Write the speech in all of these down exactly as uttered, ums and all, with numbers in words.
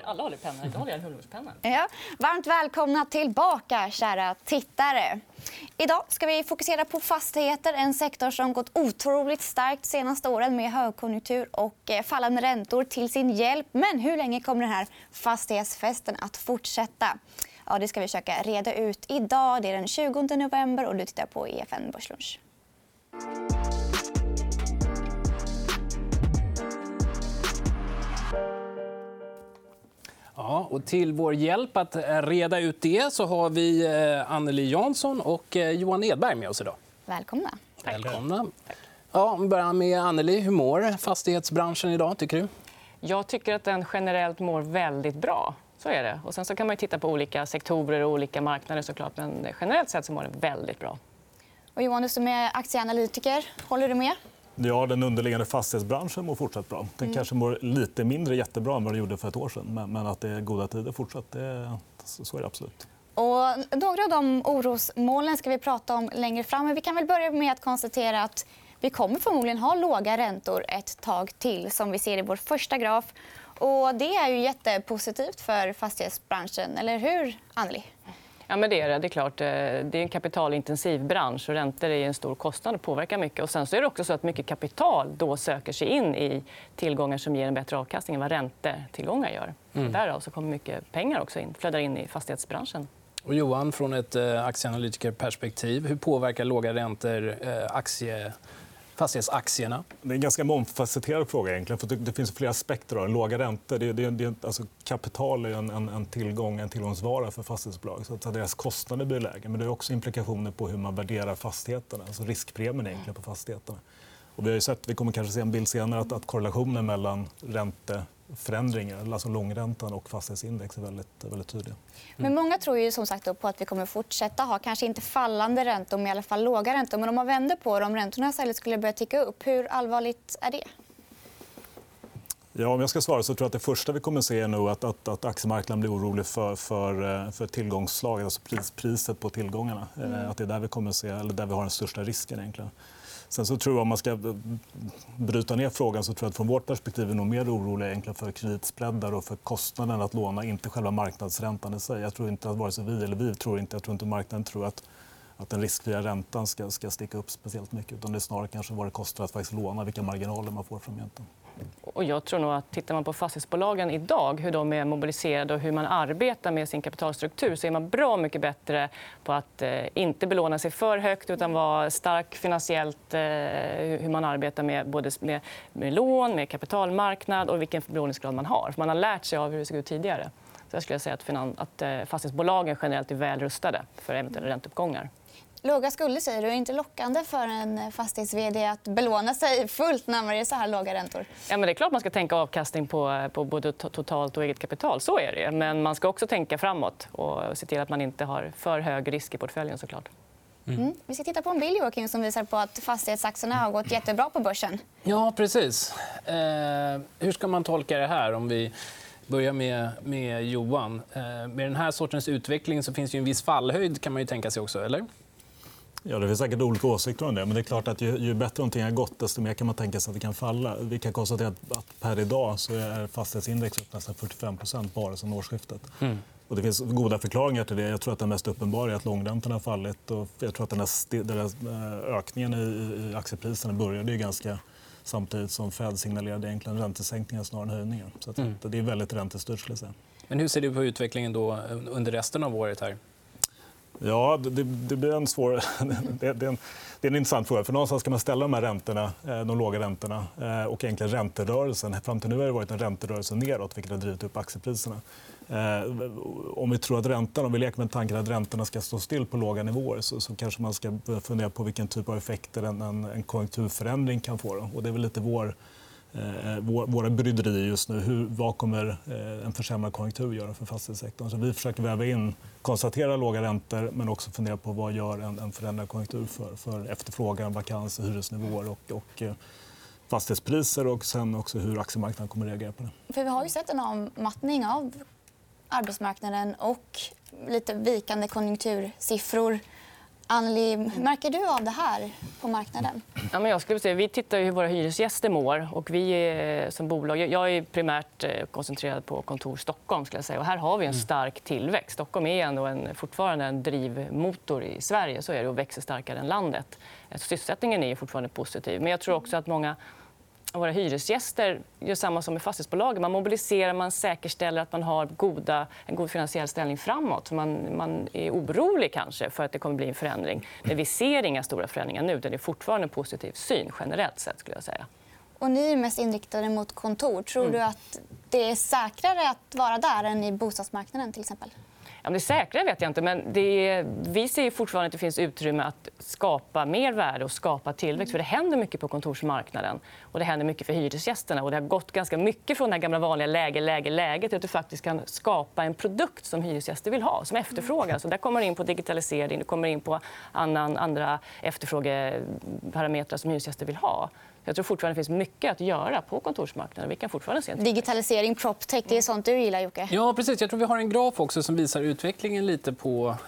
Alla håller pennan. Idag håller jag en hundraårspenna. Ja. Varmt välkomna tillbaka, kära tittare. Idag ska vi fokusera på fastigheter, en sektor som gått otroligt starkt senaste åren med högkonjunktur och fallande räntor till sin hjälp. Men hur länge kommer den här fastighetsfesten att fortsätta? Ja, det ska vi försöka reda ut idag. Det är den tjugonde november och du tittar på E F N Börslunch. Ja, och till vår hjälp att reda ut det så har vi Anneli Jansson och Johan Edberg med oss idag. Välkomna. Välkomna. Ja, vi börjar med Anneli. Hur mår fastighetsbranschen idag, tycker du? Jag tycker att den generellt mår väldigt bra. Så är det. Och sen så kan man ju titta på olika sektorer och olika marknader såklart. Men generellt sett så mår den väldigt bra. Och Johan, du som är aktieanalytiker, håller du med? Ja, den underliggande fastighetsbranschen mår fortsatt bra. Den mm. kanske mår lite mindre jättebra än vad den gjorde för ett år sedan. Men att det är goda tider fortsatt, det, så är det absolut. Och några av de orosmålen ska vi prata om längre fram. Men vi kan väl börja med att konstatera att vi kommer förmodligen ha låga räntor ett tag till, som vi ser i vår första graf. Och det är ju jättepositivt för fastighetsbranschen, eller hur, Anneli? Ja, men det är det. Det är klart. Det är en kapitalintensiv bransch och räntor är en stor kostnad och påverkar mycket. Och sen så är det också så att mycket kapital då söker sig in i tillgångar som ger en bättre avkastning än vad räntetillgångar gör. Mm. Därav så kommer mycket pengar också in, flödar in i fastighetsbranschen. Och Johan, från ett aktieanalytikerperspektiv, hur påverkar låga räntor aktie fastighetsaktierna? Det är en ganska mångfacetterad fråga egentligen. För det finns flera aspekter av låga räntor. Det, det, det, alltså, kapital är en, en, en tillgång, en tillgångsvara för fastighetsbolag. Så att deras kostnader blir lägre. Men det är också implikationer på hur man värderar fastigheterna. Alltså riskpremien egentligen på fastigheterna. Och vi har ju sett, vi kommer kanske se en bild senare att, att korrelationen mellan ränteförändringar, alltså långräntan och fastighetsindex är väldigt, väldigt tydliga. Men många tror ju som sagt på att vi kommer fortsätta ha kanske inte fallande räntor, men i alla fall låga räntor. Men om man vänder på det, om räntorna istället skulle börja ticka upp, hur allvarligt är det? Ja, om jag ska svara så tror jag att det första vi kommer att se är nog att, att, att aktiemarknaden blir orolig för, för, för tillgångsslaget, alltså pris, priset på tillgångarna. Mm. Att det är där vi kommer att se, eller där vi har den största risken egentligen. Sen så tror jag, om man ska bryta ner frågan, så tror jag att från vårt perspektiv är nog mer oroliga egentligen för kreditspreadar och för kostnaden att låna, inte själva marknadsräntan i sig. Jag tror inte att vare sig vi eller vi tror inte, jag tror inte marknaden tror att att den riskfria räntan ska, ska sticka upp speciellt mycket, utan det är snarare kanske vad det kostar att faktiskt låna, vilka marginaler man får framgent. Och jag tror nog att tittar man på fastighetsbolagen idag, hur de är mobiliserade och hur man arbetar med sin kapitalstruktur, så är man bra mycket bättre på att eh, inte belåna sig för högt utan vara stark finansiellt, eh, hur man arbetar med både med, med lån, med kapitalmarknad och vilken belåningsgrad man har. För man har lärt sig av hur det såg ut tidigare. Så jag skulle säga att, finan- att eh, fastighetsbolagen generellt är väl rustade för eventuella ränteuppgångar. Låga skulder, säger du, är inte lockande för en fastighets-vd att belåna sig fullt när det är så här låga räntor? Ja, men det är klart man ska tänka avkastning på, på både totalt och eget kapital. Så är det. Men man ska också tänka framåt och se till att man inte har för hög risk i portföljen. Såklart. Mm. Mm. Vi ska titta på en bild, Joakim, som visar på att fastighetsaktierna har gått jättebra på börsen. Ja, precis. Eh, hur ska man tolka det här? Om vi börjar med, med Johan. Eh, med den här sortens utveckling så finns ju en viss fallhöjd, kan man ju tänka sig också, eller? Ja, det finns säkert olika åsikter om det. Men det är klart att ju, ju bättre någonting har gått, desto mer kan man tänka sig att det kan falla. Vi kan konstatera att per idag så är fastighetsindex upp nästan fyrtiofem procent bara sedan årsskiftet. Mm. Och det finns goda förklaringar till det. Jag tror att den mest uppenbara är att långräntorna har fallit. Och jag tror att den här, den här ökningen i, i aktiepriserna började ju ganska samtidigt som Fed signalerade egentligen räntesänkningar snarare än höjningar. Så att mm. det är väldigt räntestyrt, skulle jag säga. Men hur ser du på utvecklingen då under resten av året här? Ja, det, det blir en svår... det, det, är en, det är en intressant fråga. För någonstans ska man ställa de här räntorna, de låga räntorna och egentligen ränterörelsen. Fram till nu har det varit en ränterörelse neråt, vilket har drivit upp aktiepriserna. Om vi tror att räntan, om vi leker med tanken att räntorna ska stå still på låga nivåer, så, så kanske man ska fundera på vilken typ av effekter en, en, en konjunkturförändring kan få. Och det är väl lite vår... Eh, våra bryderier just nu. Hur, vad kommer eh, en försämrad konjunktur göra för fastighetssektorn? Så vi försöker väva in, konstatera låga räntor, men också fundera på vad gör en, en förändrad konjunktur för, för efterfrågan, vakans, hyresnivåer och, och eh, fastighetspriser, och sen också hur aktiemarknaden kommer att reagera på det. För vi har ju sett en avmattning av arbetsmarknaden och lite vikande konjunktursiffror. Anneli, märker du av det här på marknaden? Ja, men jag skulle säga, vi tittar ju hur våra hyresgäster mår. Och vi är, som bolag, jag är primärt koncentrerad på kontor Stockholm. Skulle jag säga. Och här har vi en stark tillväxt. Stockholm är ändå en, fortfarande en drivmotor i Sverige. Så är det och växer starkare än landet. Så sysselsättningen är fortfarande positiv. Men jag tror också att många våra hyresgäster gör samma som med fastighetsbolagen. Man mobiliserar, man säkerställer att man har goda, en god finansiell ställning framåt. Man, man är orolig kanske för att det kommer bli en förändring. Men vi ser inga stora förändringar nu. Det är fortfarande en positiv syn generellt sett, skulle jag säga. Och ni är mest inriktade mot kontor. Tror mm. du att det är säkrare att vara där än i bostadsmarknaden till exempel? Ja, det säkra vet jag inte, men det är, vi ser fortfarande att det finns utrymme att skapa mer värde och skapa tillväxt. För det händer mycket på kontorsmarknaden och det händer mycket för hyresgästerna. Och det har gått ganska mycket från det gamla vanliga läge, läge, läget till att du faktiskt kan skapa en produkt som hyresgäster vill ha, som efterfrågas. Så där kommer du in på digitalisering, du kommer in på annan, andra efterfrågeparametrar som hyresgäster vill ha. Jag tror fortfarande det finns mycket att göra på kontorsmarknaden. Vi kan fortfarande se en digitalisering, proptech, det är sånt du gillar, Jocke. Ja, precis. Jag tror vi har en graf också som visar utvecklingen lite på, eh,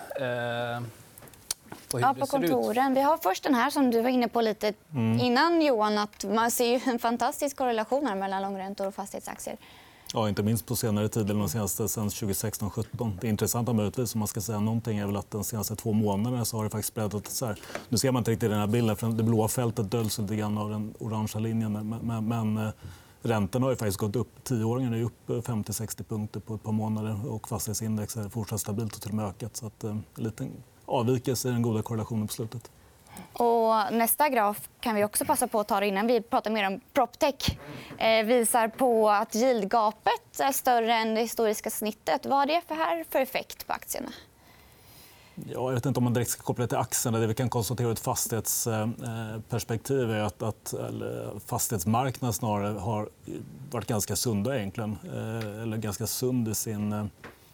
på hur ja, det på ser kontoren. ut. Vi har först den här som du var inne på lite mm. innan, Johan. Att man ser ju en fantastisk korrelation mellan långräntor och fastighetsaktier. Ja, inte minst på senare tid, eller de senaste sedan tjugohundrasexton sjutton. Det intressanta möjligtvis, om man ska säga någonting, är väl att de senaste två månaderna så har det faktiskt breddat så här. Nu ser man inte riktigt den här bilden, för det blåa fältet döljs lite grann av den orangea linjen. Men, men, men räntorna har ju faktiskt gått upp. Tioåringen är upp femtio till sextio punkter på ett par månader och fastighetsindex är fortsatt stabilt och till och med ökat. Så att, en liten avvikelse i den goda korrelationen på slutet. Och nästa graf kan vi också passa på att ta innan vi pratar mer om proptech. Eh, visar på att yieldgapet är större än det historiska snittet. Vad är det för här för effekt på aktierna? Ja, jag vet inte om man direkt ska koppla det till aktierna. Det vi kan konstatera ur ett fastighetsperspektiv är att, att fastighetsmarknaden snarare har varit ganska sunda egentligen. Eller ganska sund i sin,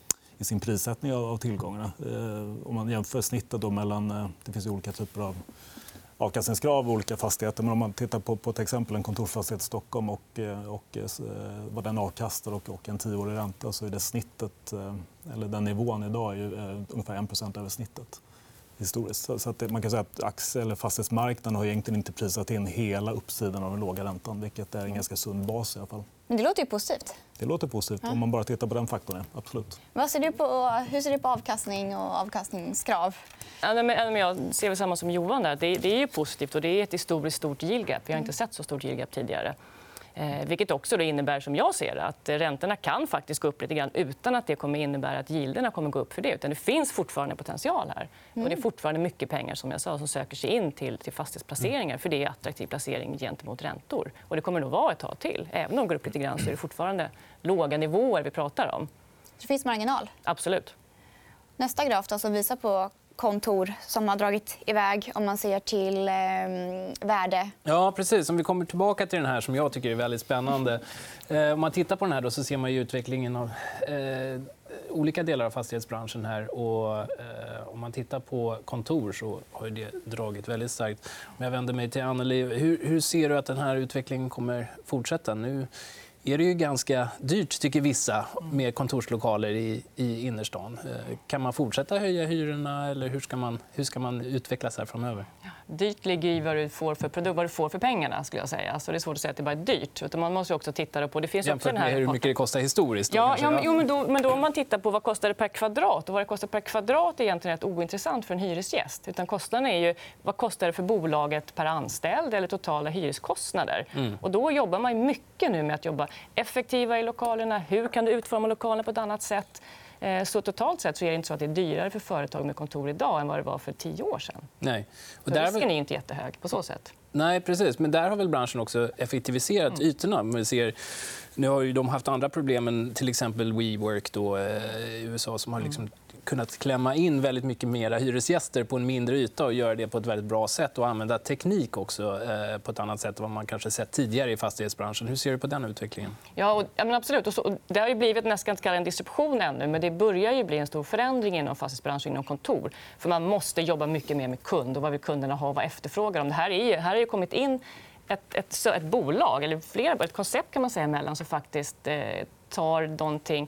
i sin prissättning av tillgångarna. Om man jämför snittet då mellan, det finns ju olika typer av avkastningskrav och olika fastigheter. Men om man tittar på, på till exempel en kontorsfastighet i Stockholm och, och vad den avkastar och, och en tioårig ränta, så är det snittet, eller den nivån idag är ju ungefär en procent över snittet historiskt. Så att det, man kan säga att aktie- eller fastighetsmarknaden har egentligen inte prisat in hela uppsidan av den låga räntan, vilket är en ganska sund bas i alla fall. Men det låter ju positivt. Det låter positivt ja. Om man bara tittar på den faktorn. Absolut. Vad ser du på, hur ser du på avkastning och avkastningskrav? Ja, men jag ser väl samma som Johan där. Det, det är ju positivt och det är ett historiskt stort yield gap. Vi har inte sett så stort yield gap tidigare. Eh, vilket också då innebär, som jag ser det, att räntorna kan faktiskt gå upp lite grann utan att det kommer innebära att yielderna kommer gå upp för det. Utan det finns fortfarande potential här. Mm. Och det är fortfarande mycket pengar som jag sa som söker sig in till, till fastighetsplaceringar. För det är attraktiv placering gentemot räntor. Och det kommer nog vara ett tag till. Även om det går upp lite grann så är det fortfarande låga nivåer vi pratar om. Det finns marginal? Absolut. Nästa graf då, som visar på kontor som har dragit iväg om man ser till eh, värde. Ja, precis. Om vi kommer tillbaka till den här som jag tycker är väldigt spännande. Eh, om man tittar på den här då, så ser man ju utvecklingen av eh, olika delar av fastighetsbranschen här. Och, eh, om man tittar på kontor så har det dragit väldigt starkt. Om jag vänder mig till Anneli, hur, hur ser du att den här utvecklingen kommer fortsätta? Nu är det ju ganska dyrt, tycker vissa, med kontorslokaler i, i innerstan. Kan man fortsätta höja hyrorna eller hur ska man, hur ska man utvecklas här framöver? Ja, dyrt ligger i vad du får för produkt, vad du får för pengarna, skulle jag säga. Så det är svårt att säga att det bara är dyrt. Utan man måste också titta på det finns jämfört också den här med hur mycket det kostar historiskt. Då, ja, kanske, ja, ja. Jo, men, då, men då om man tittar på vad kostar det per kvadrat och vad det kostar per kvadrat är egentligen rätt ointressant för en hyresgäst. Utan kostnaden är ju vad kostar det för bolaget per anställd eller totala hyreskostnader. Mm. Och då jobbar man mycket nu med att jobba effektiva i lokalerna. Hur kan du utforma lokalerna på ett annat sätt? Så totalt sett så är det inte så att det är dyrare för företag med kontor idag än vad det var för tio år sedan. Nej. Och så där risken väl... är inte jättehög på så sätt. Nej, precis. Men där har väl branschen också effektiviserat mm. ytorna. Man ser, nu har ju de haft andra problem än till exempel WeWork då, eh, i U S A som har liksom kunnat klämma in väldigt mycket mera hyresgäster på en mindre yta och göra det på ett väldigt bra sätt och använda teknik också eh, på ett annat sätt än vad man kanske sett tidigare i fastighetsbranschen. Hur ser du på den utvecklingen? Ja, och, ja men absolut. Och så, och det har ju blivit nästan inte en disruption ännu, men det börjar ju bli en stor förändring inom fastighetsbranschen inom kontor. För man måste jobba mycket mer med kund och vad vill kunderna ha och vad efterfrågar de. Det här är ju, här har ju kommit in ett, ett, ett bolag eller flera, ett koncept kan man säga emellan som faktiskt eh, tar någonting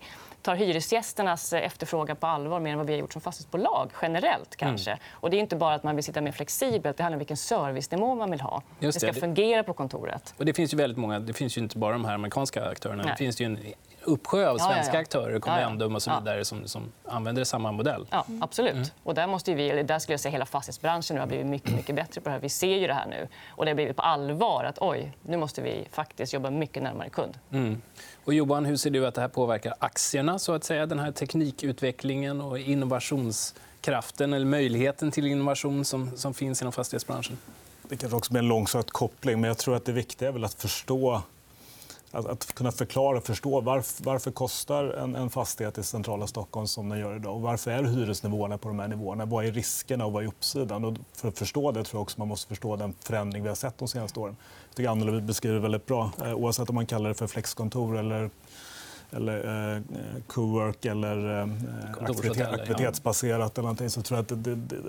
tar hyresgästernas efterfrågan på allvar mer än vad vi har gjort som fastighetsbolag generellt kanske. Mm. Och det är inte bara att man vill sitta mer flexibelt, det handlar om vilken servicenivå man vill ha. Just det. det ska fungera på kontoret. Och det finns ju väldigt många, det finns ju inte bara de här amerikanska aktörerna. Nej. Det finns ju en uppsjö av svenska ja, ja, ja. aktörer, Convendum och så vidare ja. som, som använder samma modell. Ja, absolut. Mm. Och där måste vi, där skulle jag säga hela fastighetsbranschen nu har blivit mycket, mycket bättre på det här. Vi ser ju det här nu och det har blivit på allvar att oj, nu måste vi faktiskt jobba mycket närmare kund. Mm. Och Johan, hur ser du att det här påverkar aktierna så att säga, den här teknikutvecklingen och innovationskraften eller möjligheten till innovation som, som finns inom fastighetsbranschen? Det kanske också blir en långsökt koppling, men jag tror att det viktiga är väl att förstå Att, att kunna förklara och förstå varför, varför kostar en, en fastighet i centrala Stockholm som den gör idag. Och varför är hyresnivåerna på de här nivåerna? Vad är riskerna och vad är uppsidan? Och för att förstå det tror jag också man måste förstå den förändring vi har sett de senaste åren. Jag tycker Anneli beskriver väldigt bra. Eh, oavsett om man kallar det för flexkontor eller, eller eh, cowork eller eh, aktivitet, aktivitetsbaserat eller någonting, så tror jag att det, det,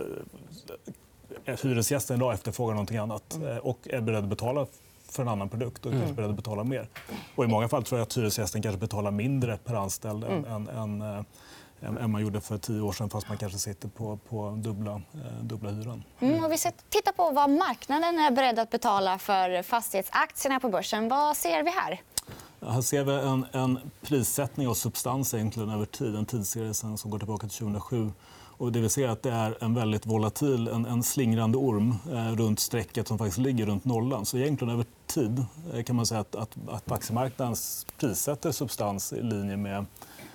det, hyresgästen idag efterfrågar någonting annat eh, och är beredd att betala för en annan produkt och kanske mm. beredd att betala mer. Och i många fall tror jag att hyresgästen kanske betalar mindre per anställd mm. än, än, än, än man gjorde för tio år sedan, fast man kanske sitter på, på dubbla, eh, dubbla hyran. Mm, och vi ska titta på vad marknaden är beredd att betala för fastighetsaktierna på börsen. Vad ser vi här? Här ser vi en, en prissättning av substans egentligen över tid. En tidsserie som går tillbaka till tjugohundrasju. Och det vi ser att det är en väldigt volatil, en, en slingrande orm eh, runt strecket som faktiskt ligger runt nollan. Så egentligen över tid eh, kan man säga att, att, att aktiemarknaden prissätter substans i linje med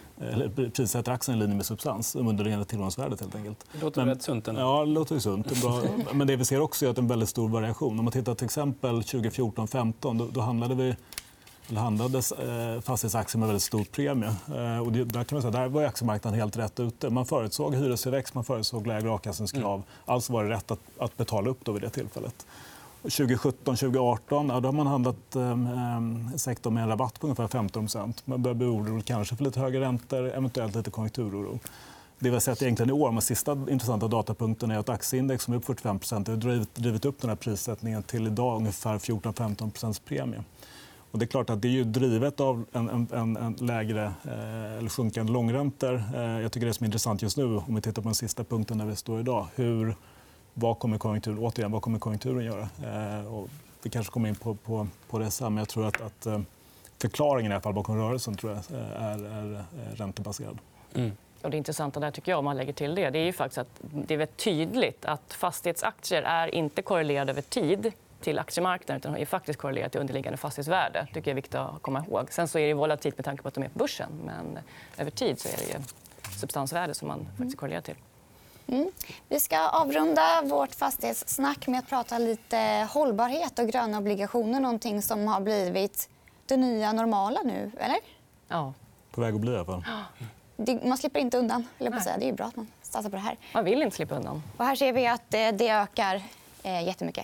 eller prissätter aktien i linje med substans under det tillgångsvärdet helt enkelt. Det låter rätt sunt. Ändå. Ja, det låter sunt. Det är bra. Men det vi ser också är att en väldigt stor variation. Om man tittar till exempel tjugo fjorton femton då, då handlade vi Det handlades eh, fastighetsaktier med väldigt stor premie. Eh, och det, där kan man säga, där var aktiemarknaden helt rätt ute. Man förutsåg hyrestillväxt, man förutsåg lägre avkastningskrav. Mm. Alltså var det rätt att, att betala upp då vid det tillfället. tjugo sjutton tjugo arton ja, då har man handlat eh, sektorn med en rabatt på ungefär femton procent. Man börjar bli orolig kanske för lite högre räntor, eventuellt lite konjunkturoro. Det vi har sett egentligen i år, med sista intressanta datapunkten är att aktieindex som är upp fyrtiofem procent har drivit, drivit upp den här prissättningen till idag ungefär fjorton femton procents premie. Och det är klart att det är ju drivet av en, en, en lägre eh, eller sjunkande långräntor. Eh, jag tycker det som är intressant just nu, om vi tittar på den sista punkten där vi står idag, hur, vad kommer konjunkturen, återigen, vad kommer konjunkturen göra? Eh, och vi kanske kommer in på, på, på det sen, men jag tror att, att eh, förklaringen i alla fall bakom rörelsen tror jag är, är, är räntebaserad. Mm. Och det intressanta där tycker jag, om man lägger till det, det är ju faktiskt att det är väldigt tydligt att fastighetsaktier är inte korrelerade över tid till aktiemarknaden, utan är faktiskt korrelerat till underliggande fastighetsvärde. Det tycker jag är viktigt att komma ihåg. Sen så är det volatilt med tanke på att de är på börsen, men över tid så är det ju substansvärde som man faktiskt korrelerar till. Mm. Vi ska avrunda vårt fastighetssnack med att prata lite hållbarhet och gröna obligationer, någonting som har blivit det nya normala nu, eller? Ja. På väg att bli i alla fall. Det, man slipper inte undan, eller på att säga. Det är ju bra att man satsar på det här. Man vill inte slippa undan. Och här ser vi att det ökar eh, jättemycket.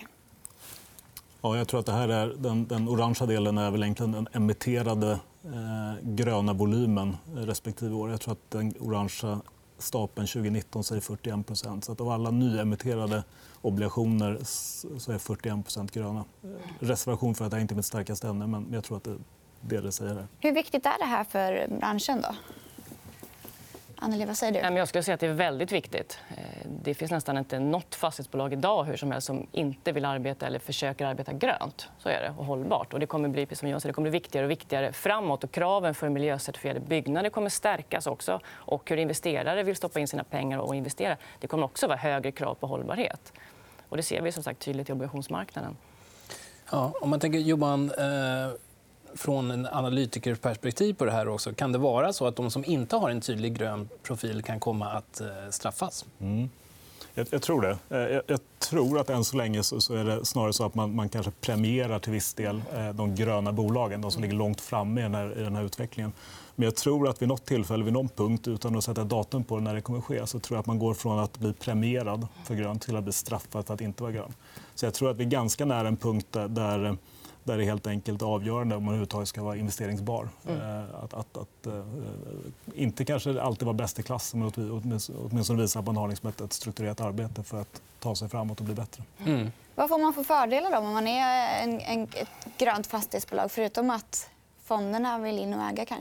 Ja, jag tror att det här är, den, den orangea delen är väl egentligen den emitterade eh, gröna volymen respektive år. Jag tror att den orangea stapeln tjugo nitton säger fyrtioen procent. Så att av alla nyemitterade obligationer så är fyrtioen procent gröna. Reservation för att det är inte mitt starkaste ämne, men jag tror att det är det det säger här. Hur viktigt är det här för branschen då? Anneli, vad säger du? Jag skulle säga att det är väldigt viktigt. Det finns nästan inte något fastighetsbolag idag hur som helst som inte vill arbeta eller försöker arbeta grönt. Så är det, och hållbart. Och det kommer bli, som jag säger, det kommer bli viktigare och viktigare framåt. Och kraven för miljöcertifierade byggnader kommer stärkas också. Och hur investerare vill stoppa in sina pengar och investera. Det kommer också vara högre krav på hållbarhet. Och det ser vi som sagt tydligt i obligationsmarknaden. Ja, om man tänker, Johan, eh... från en analytikerperspektiv på det här också, kan det vara så att de som inte har en tydlig grön profil kan komma att straffas? Mm. Jag, jag tror det. Jag, jag tror att än så länge så, så är det snarare så att man, man kanske premierar till viss del eh, de gröna bolagen, de som ligger långt framme i den här, i den här utvecklingen. Men jag tror att vid något tillfälle, vid någon punkt, utan att sätta datum på när det kommer ske, så tror jag att man går från att bli premierad för grön till att bli straffad för att inte vara grön. Så jag tror att vi är ganska nära en punkt där, där Där det är helt enkelt avgörande om man överhuvudtaget ska vara investeringsbar. Mm. Att, att, att, uh, inte kanske alltid vara bäst i klassen, men åtminstone visa att man har liksom ett, ett strukturerat arbete för att ta sig framåt och bli bättre. Mm. Vad får man för fördelar då om man är en, en, ett grönt fastighetsbolag, förutom att fonderna vill in och äga kanske?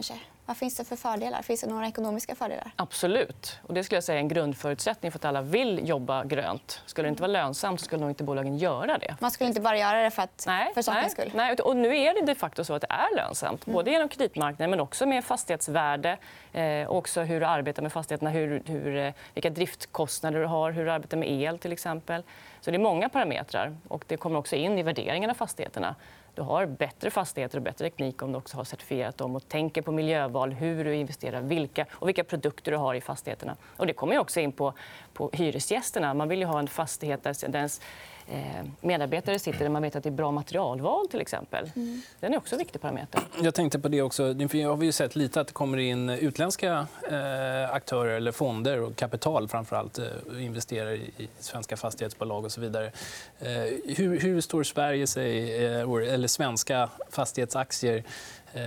Vad finns det för fördelar? Finns det några ekonomiska fördelar? Absolut. Och det skulle jag säga är en grundförutsättning för att alla vill jobba grönt. Skulle det inte vara lönsamt så skulle nog inte bolagen göra det. Man skulle inte bara göra det för, att, nej, för sakens nej, skull? Nej, och nu är det de facto så att det är lönsamt. Både genom kreditmarknaden men också med fastighetsvärde. Eh, också hur du arbetar med fastigheterna, hur, hur, eh, vilka driftkostnader du har, hur du arbetar med el till exempel. Så det är många parametrar. Och det kommer också in i värderingen av fastigheterna. Du har bättre fastigheter och bättre teknik om du också har certifierat dem och tänker på miljöval, hur du investerar, vilka och vilka produkter du har i fastigheterna. Och det kommer ju också in på, på hyresgästerna. Man vill ju ha en fastighet där ens eh, medarbetare sitter där man vet att det är bra materialval till exempel. Mm. Den är också en viktig parameter. Jag tänkte på det också. Jag har ju sett lite att det kommer in utländska eh, aktörer eller fonder och kapital framförallt eh, investerar i, i svenska fastighetsbolag och så vidare. Eh, hur, hur står Sverige sig eh, eller svenska fastighetsaktier eh,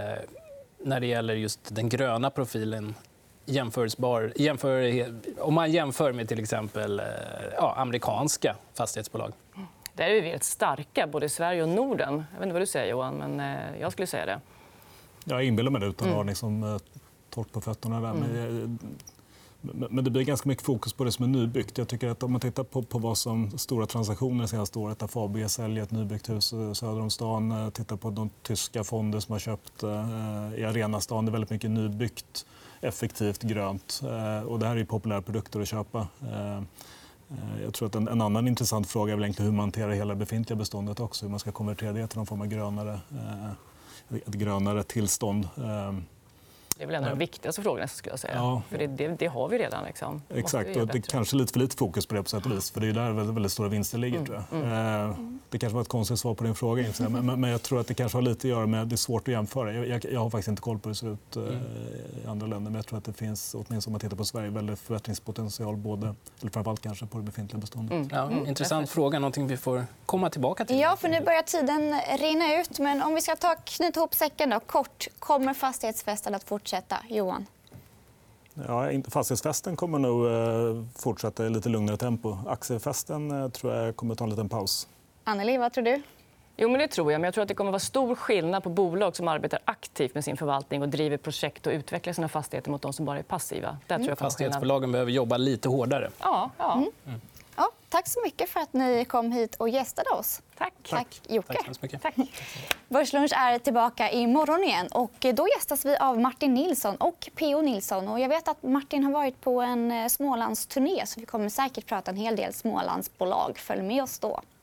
när det gäller just den gröna profilen jämförbar, jämför, om man jämför med till exempel eh, ja, amerikanska fastighetsbolag? Där är vi väldigt starka, både i Sverige och Norden. Jag vet inte vad du säger, Johan, men eh, jag skulle säga det. Jag inbillar mig det utan att ha liksom, torrt på fötterna. Där. Mm. Men, men det blir ganska mycket fokus på det som är nybyggt. Jag tycker att om man tittar på, på vad som stora transaktioner senaste året, där F A B säljer ett nybyggt hus söder om stan, tittar på de tyska fonder som har köpt eh, i Arenastan. Det är väldigt mycket nybyggt, effektivt, grönt. Eh, och det här är populära produkter att köpa. Eh, Jag tror att en, en annan intressant fråga är väl egentligen hur man hanterar hela befintliga beståndet också. Hur man ska konvertera det till någon form av grönare, eh, ett grönare tillstånd. Eh, Det är väl en av de viktigaste frågorna, skulle jag säga. Ja. För det, det, det har vi redan. Liksom. Exakt. Och det är kanske lite för lite fokus på det på sätt och vis. För det är där väldigt, väldigt stora vinster ligger, Mm. tror jag. Mm. Eh, det kanske var ett konstigt svar på din fråga. Men, men, men jag tror att det kanske har lite att göra med att det är svårt att jämföra. Jag, jag, jag har faktiskt inte koll på hur det ser ut eh, i andra länder. Men jag tror att det finns, åtminstone om man tittar på Sverige, väldigt förbättringspotential. Både, eller framförallt kanske på det befintliga beståndet. Mm. Ja, Mm. intressant fråga. Någonting vi får komma tillbaka till. Ja, för nu börjar tiden rinna ut. Men om vi ska ta knyta ihop säcken då, kort. Kommer fastighetsfesten att fortsätta? Johan? Ja, fastighetsfesten kommer nog eh, fortsätta i lite lugnare tempo. Aktiefesten eh, tror jag kommer ta en liten paus. Anneli, vad tror du? Jo, men det tror jag. Men jag tror att det kommer vara stor skillnad på bolag som arbetar aktivt med sin förvaltning och driver projekt och utvecklar sina fastigheter mot de som bara är passiva. Där tror jag Fastighetsbolagen behöver jobba lite hårdare. Ja, ja. Mm. Ja, tack så mycket för att ni kom hit och gästade oss. Tack. Tack, Jocke. Tack så mycket. Tack. Börslunch är tillbaka imorgon igen. Och då gästas vi av Martin Nilsson och P O Nilsson. Och jag vet att Martin har varit på en Smålandsturné så vi kommer säkert prata en hel del Smålandsbolag. Följ med oss då.